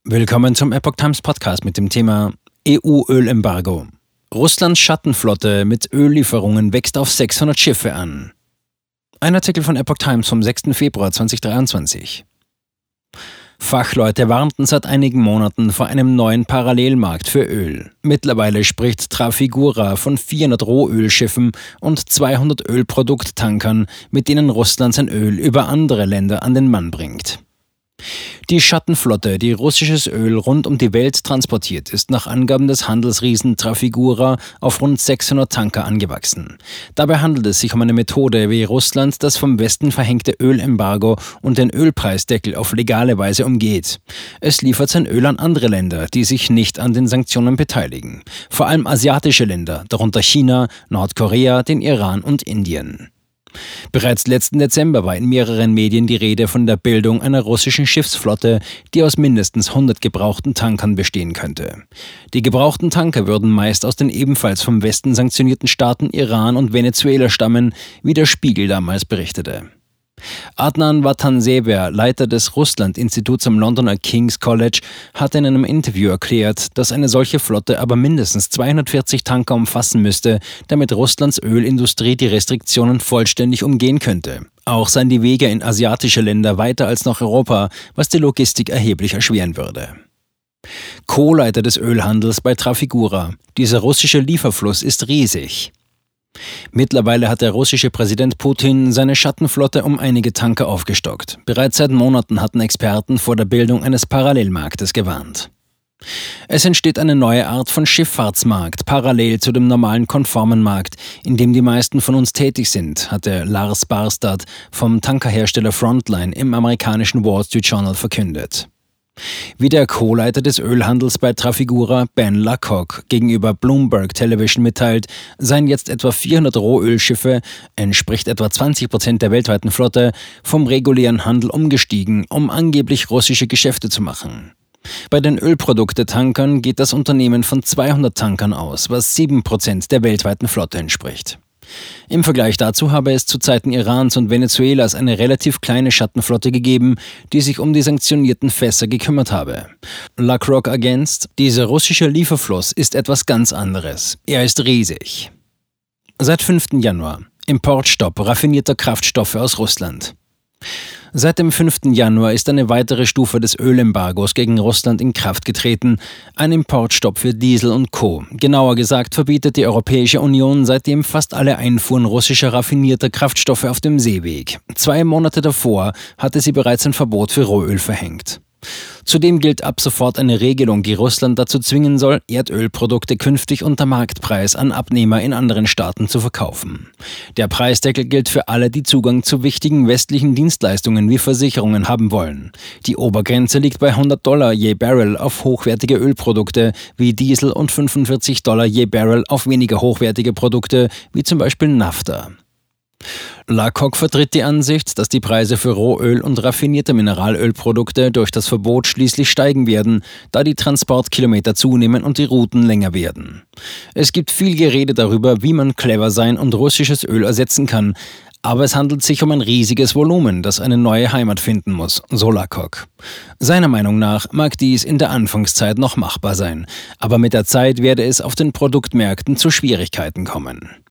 Willkommen zum Epoch Times Podcast mit dem Thema EU-Ölembargo. Russlands Schattenflotte mit Öllieferungen wächst auf 600 Schiffe an. Ein Artikel von Epoch Times vom 6. Februar 2023. Fachleute warnten seit einigen Monaten vor einem neuen Parallelmarkt für Öl. Mittlerweile spricht Trafigura von 400 Rohölschiffen und 200 Ölprodukttankern, mit denen Russland sein Öl über andere Länder an den Mann bringt. Die Schattenflotte, die russisches Öl rund um die Welt transportiert, ist nach Angaben des Handelsriesen Trafigura auf rund 600 Tanker angewachsen. Dabei handelt es sich um eine Methode, wie Russland das vom Westen verhängte Ölembargo und den Ölpreisdeckel auf legale Weise umgeht. Es liefert sein Öl an andere Länder, die sich nicht an den Sanktionen beteiligen. Vor allem asiatische Länder, darunter China, Nordkorea, den Iran und Indien. Bereits letzten Dezember war in mehreren Medien die Rede von der Bildung einer russischen Schiffsflotte, die aus mindestens 100 gebrauchten Tankern bestehen könnte. Die gebrauchten Tanker würden meist aus den ebenfalls vom Westen sanktionierten Staaten Iran und Venezuela stammen, wie der Spiegel damals berichtete. Adnan Vatansever, Leiter des Russland-Instituts am Londoner King's College, hat in einem Interview erklärt, dass eine solche Flotte aber mindestens 240 Tanker umfassen müsste, damit Russlands Ölindustrie die Restriktionen vollständig umgehen könnte. Auch seien die Wege in asiatische Länder weiter als nach Europa, was die Logistik erheblich erschweren würde. Co-Leiter des Ölhandels bei Trafigura: Dieser russische Lieferfluss ist riesig. Mittlerweile hat der russische Präsident Putin seine Schattenflotte um einige Tanker aufgestockt. Bereits seit Monaten hatten Experten vor der Bildung eines Parallelmarktes gewarnt. Es entsteht eine neue Art von Schifffahrtsmarkt, parallel zu dem normalen konformen Markt, in dem die meisten von uns tätig sind, hatte Lars Barstad vom Tankerhersteller Frontline im amerikanischen Wall Street Journal verkündet. Wie der Co-Leiter des Ölhandels bei Trafigura, Ben Lacock, gegenüber Bloomberg Television mitteilt, seien jetzt etwa 400 Rohölschiffe, entspricht etwa 20% der weltweiten Flotte, vom regulären Handel umgestiegen, um angeblich russische Geschäfte zu machen. Bei den Ölprodukte-Tankern geht das Unternehmen von 200 Tankern aus, was 7% der weltweiten Flotte entspricht. Im Vergleich dazu habe es zu Zeiten Irans und Venezuelas eine relativ kleine Schattenflotte gegeben, die sich um die sanktionierten Fässer gekümmert habe. Lacock ergänzt: Dieser russische Lieferfluss ist etwas ganz anderes. Er ist riesig. Seit 5. Januar. Importstopp raffinierter Kraftstoffe aus Russland. Seit dem 5. Januar ist eine weitere Stufe des Ölembargos gegen Russland in Kraft getreten, ein Importstopp für Diesel und Co. Genauer gesagt verbietet die Europäische Union seitdem fast alle Einfuhren russischer raffinierter Kraftstoffe auf dem Seeweg. 2 Monate davor hatte sie bereits ein Verbot für Rohöl verhängt. Zudem gilt ab sofort eine Regelung, die Russland dazu zwingen soll, Erdölprodukte künftig unter Marktpreis an Abnehmer in anderen Staaten zu verkaufen. Der Preisdeckel gilt für alle, die Zugang zu wichtigen westlichen Dienstleistungen wie Versicherungen haben wollen. Die Obergrenze liegt bei $100 je Barrel auf hochwertige Ölprodukte wie Diesel und $45 je Barrel auf weniger hochwertige Produkte wie zum Beispiel Nafta. Lacock vertritt die Ansicht, dass die Preise für Rohöl und raffinierte Mineralölprodukte durch das Verbot schließlich steigen werden, da die Transportkilometer zunehmen und die Routen länger werden. Es gibt viel Gerede darüber, wie man clever sein und russisches Öl ersetzen kann, aber es handelt sich um ein riesiges Volumen, das eine neue Heimat finden muss, so Lacock. Seiner Meinung nach mag dies in der Anfangszeit noch machbar sein, aber mit der Zeit werde es auf den Produktmärkten zu Schwierigkeiten kommen.